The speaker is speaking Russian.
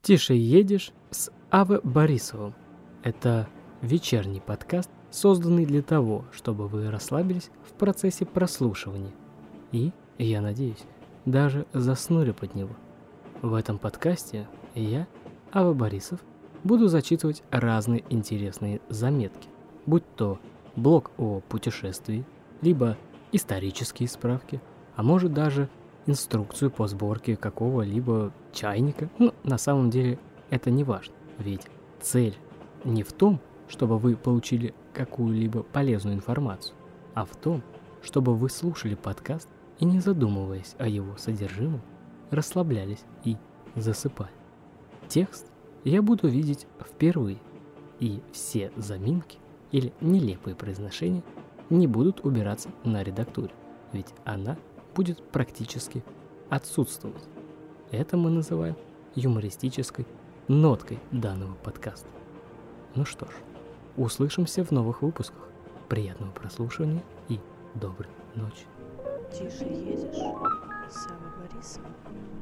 «Тише едешь» с А.В. Борисовым. Это вечерний подкаст, созданный для того, чтобы вы расслабились в процессе прослушивания. И, я надеюсь, даже заснули под него. В этом подкасте я, А.В. Борисов, буду зачитывать разные интересные заметки, будь то блог о путешествии, либо исторические справки, а может даже инструкцию по сборке какого-либо чайника. На самом деле это не важно, ведь цель не в том, чтобы вы получили какую-либо полезную информацию, а в том, чтобы вы слушали подкаст и, не задумываясь о его содержимом, расслаблялись и засыпали. Текст я буду видеть впервые, и все заминки или нелепые произношения не будут убираться на редактуре, ведь она будет практически отсутствовать. Это мы называем юмористической ноткой данного подкаста. Ну что ж, услышимся в новых выпусках. Приятного прослушивания и доброй ночи. Тише едешь с А.В. Борисовым.